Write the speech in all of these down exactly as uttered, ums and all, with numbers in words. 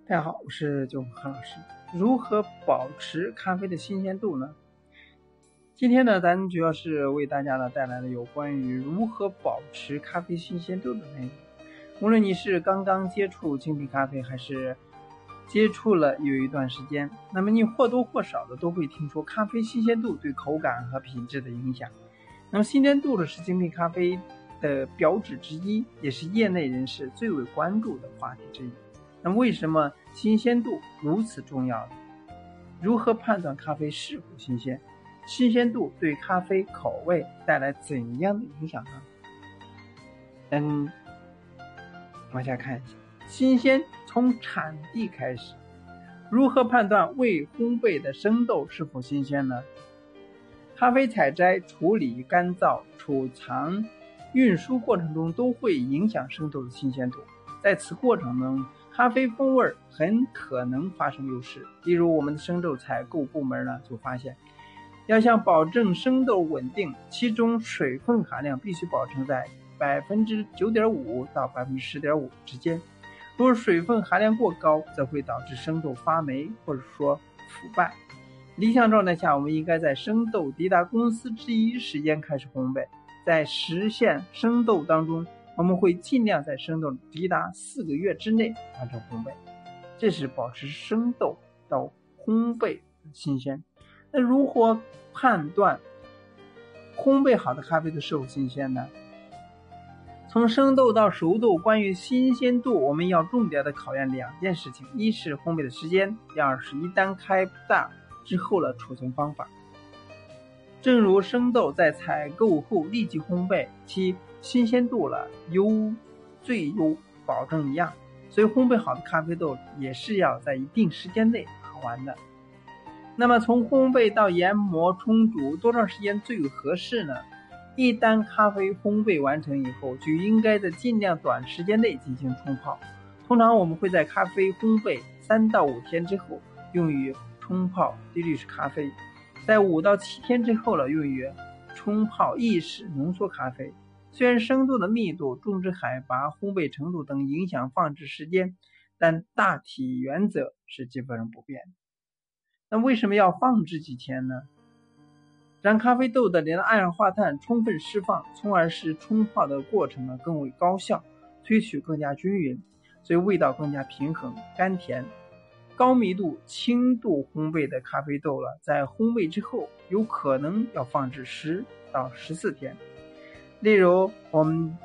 大家好，我是九虎何老师。如何保持咖啡的新鲜度呢？今天呢，咱主要是为大家呢带来了有关于如何保持咖啡新鲜度的内容。无论你是刚刚接触精品咖啡，还是接触了有一段时间，那么你或多或少的都会听说咖啡新鲜度对口感和品质的影响。那么新鲜度呢，是精品咖啡的标志之一，也是业内人士最为关注的话题之一。那么为什么新鲜度如此重要呢？如何判断咖啡是否新鲜？新鲜度对咖啡口味带来怎样的影响呢？嗯，往下看一下，新鲜从产地开始。如何判断未烘焙的生豆是否新鲜呢？咖啡采摘、处理、干燥、储藏、运输过程中都会影响生豆的新鲜度，在此过程中咖啡风味很可能发生流失。例如我们的生豆采购部门呢就发现，要想保证生豆稳定，其中水分含量必须保持在 百分之九点五 到 百分之十点五 之间。如果水分含量过高，则会导致生豆发霉或者说腐败。理想状态下，我们应该在生豆抵达公司之一时间开始烘焙。在实现生豆当中，我们会尽量在生豆抵达四个月之内完成烘焙，这是保持生豆到烘焙的新鲜。那如何判断烘焙好的咖啡的是否新鲜呢？从生豆到熟豆，关于新鲜度我们要重点的考验两件事情，一是烘焙的时间，第二是一旦开大之后的储存方法。正如生豆在采购后立即烘焙，其新鲜度了优最优保证一样，所以烘焙好的咖啡豆也是要在一定时间内喝完的。那么从烘焙到研磨冲煮多长时间最为合适呢？一旦咖啡烘焙完成以后，就应该在尽量短时间内进行冲泡。通常我们会在咖啡烘焙三到五天之后用于冲泡低滤式咖啡，在五到七天之后了用于冲泡意式浓缩咖啡。虽然生豆的密度、种植海拔、烘焙程度等影响放置时间，但大体原则是基本上不变的。那为什么要放置几天呢？让咖啡豆的二氧化碳充分释放，从而使冲泡的过程呢更为高效，萃取更加均匀，所以味道更加平衡甘甜。高密度轻度烘焙的咖啡豆了，在烘焙之后有可能要放置十到十四天。例如我们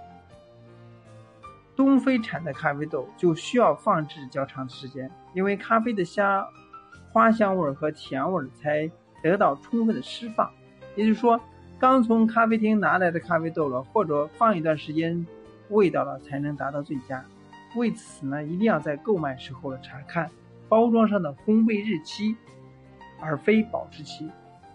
东非产的咖啡豆就需要放置较长的时间，因为咖啡的香花香味和甜味才得到充分的释放。也就是说，刚从咖啡厅拿来的咖啡豆了，或者放一段时间，味道了才能达到最佳。为此呢，一定要在购买时候了查看包装上的烘焙日期，而非保质期。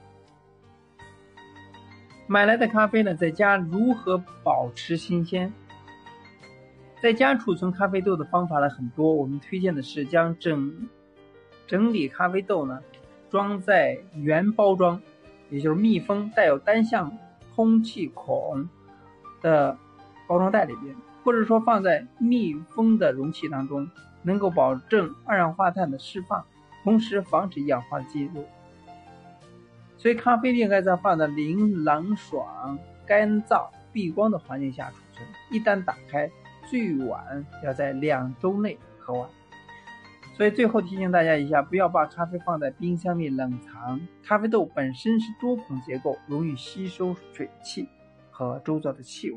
买来的咖啡呢，在家如何保持新鲜？在家储存咖啡豆的方法呢很多，我们推荐的是将整整理咖啡豆呢装在原包装，也就是密封带有单向通气孔的包装袋里边，或者说放在密封的容器当中，能够保证二氧化碳的释放，同时防止一氧化进入。所以咖啡应该在放在凌朗爽、干燥、避光的环境下储存，一旦打开，最晚要在两周内喝完。所以最后提醒大家一下，不要把咖啡放在冰箱里冷藏。咖啡豆本身是多孔结构，容易吸收水汽和周遭的气味。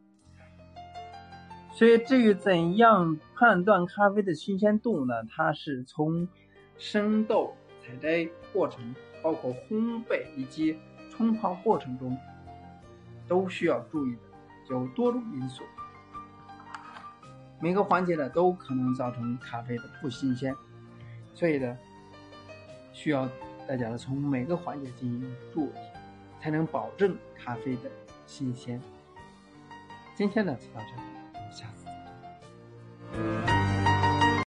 所以至于怎样判断咖啡的新鲜度呢？它是从生豆采摘过程，包括烘焙以及冲泡过程中都需要注意的，有多种因素。每个环节呢都可能造成咖啡的不新鲜，所以呢需要大家从每个环节进行注意，才能保证咖啡的新鲜。今天呢就到这里，下次